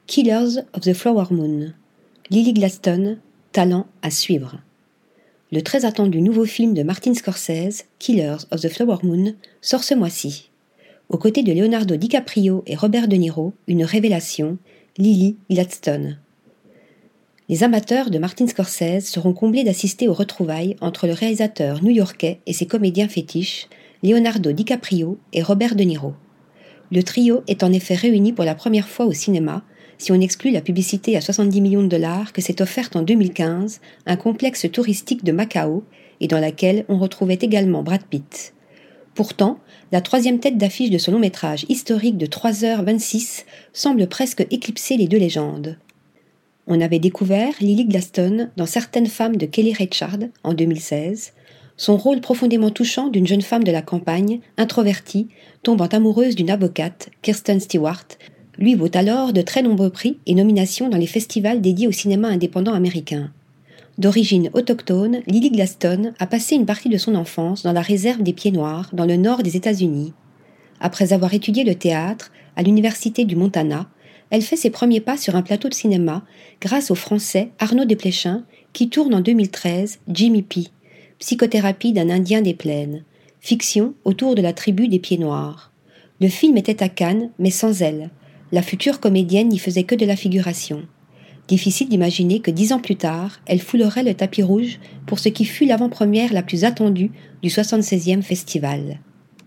Killers of the Flower Moon. Lily Gladstone, talent à suivre. Le très attendu nouveau film de Martin Scorsese, Killers of the Flower Moon, sort ce mois-ci. Aux côtés de Leonardo DiCaprio et Robert De Niro, une révélation, Lily Gladstone. Les amateurs de Martin Scorsese seront comblés d'assister aux retrouvailles entre le réalisateur new-yorkais et ses comédiens fétiches, Leonardo DiCaprio et Robert De Niro. Le trio est en effet réuni pour la première fois au cinéma, si on exclut la publicité à 70 millions de dollars que s'est offerte en 2015 un complexe touristique de Macao et dans laquelle on retrouvait également Brad Pitt. Pourtant, la troisième tête d'affiche de ce long métrage historique de 3h26 semble presque éclipser les deux légendes. On avait découvert Lily Gladstone dans Certaines femmes de Kelly Reichardt en 2016, son rôle profondément touchant d'une jeune femme de la campagne, introvertie, tombant amoureuse d'une avocate, Kirsten Stewart, lui vaut alors de très nombreux prix et nominations dans les festivals dédiés au cinéma indépendant américain. D'origine autochtone, Lily Gladstone a passé une partie de son enfance dans la réserve des Pieds-Noirs, dans le nord des États-Unis. Après avoir étudié le théâtre à l'université du Montana, elle fait ses premiers pas sur un plateau de cinéma grâce au Français Arnaud Desplechin qui tourne en 2013 Jimmy P, psychothérapie d'un Indien des plaines, fiction autour de la tribu des Pieds-Noirs. Le film était à Cannes, mais sans elle. La future comédienne n'y faisait que de la figuration. Difficile d'imaginer que 10 ans plus tard, elle foulerait le tapis rouge pour ce qui fut l'avant-première la plus attendue du 76e festival.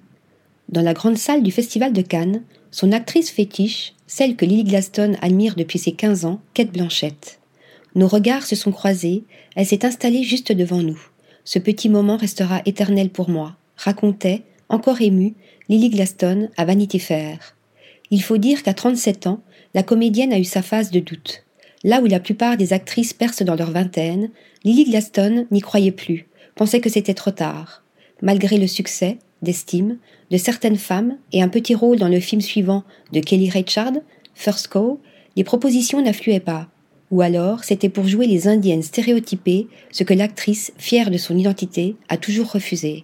Dans la grande salle du festival de Cannes, son actrice fétiche, celle que Lily Gladstone admire depuis ses 15 ans, Cate Blanchett. Nos regards se sont croisés, elle s'est installée juste devant nous. Ce petit moment restera éternel pour moi, racontait, encore émue, Lily Gladstone à Vanity Fair. Il faut dire qu'à 37 ans, la comédienne a eu sa phase de doute. Là où la plupart des actrices percent dans leur vingtaine, Lily Gladstone n'y croyait plus, pensait que c'était trop tard. Malgré le succès, d'estime, de certaines femmes et un petit rôle dans le film suivant de Kelly Reichardt, First Cow, les propositions n'affluaient pas. Ou alors, c'était pour jouer les indiennes stéréotypées, ce que l'actrice, fière de son identité, a toujours refusé.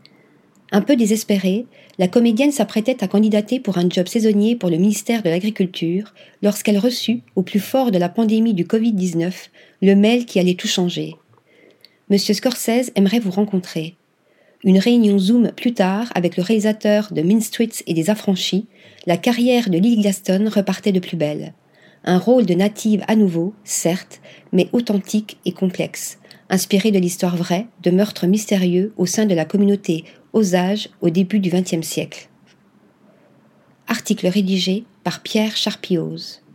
Un peu désespérée, la comédienne s'apprêtait à candidater pour un job saisonnier pour le ministère de l'Agriculture lorsqu'elle reçut, au plus fort de la pandémie du Covid-19, le mail qui allait tout changer. « Monsieur Scorsese aimerait vous rencontrer. » Une réunion Zoom plus tard avec le réalisateur de Mean Streets et des Affranchis, la carrière de Lily Gladstone repartait de plus belle. Un rôle de native à nouveau, certes, mais authentique et complexe, inspiré de l'histoire vraie de meurtres mystérieux au sein de la communauté Osage au début du XXe siècle. Article rédigé par Pierre Charpioz.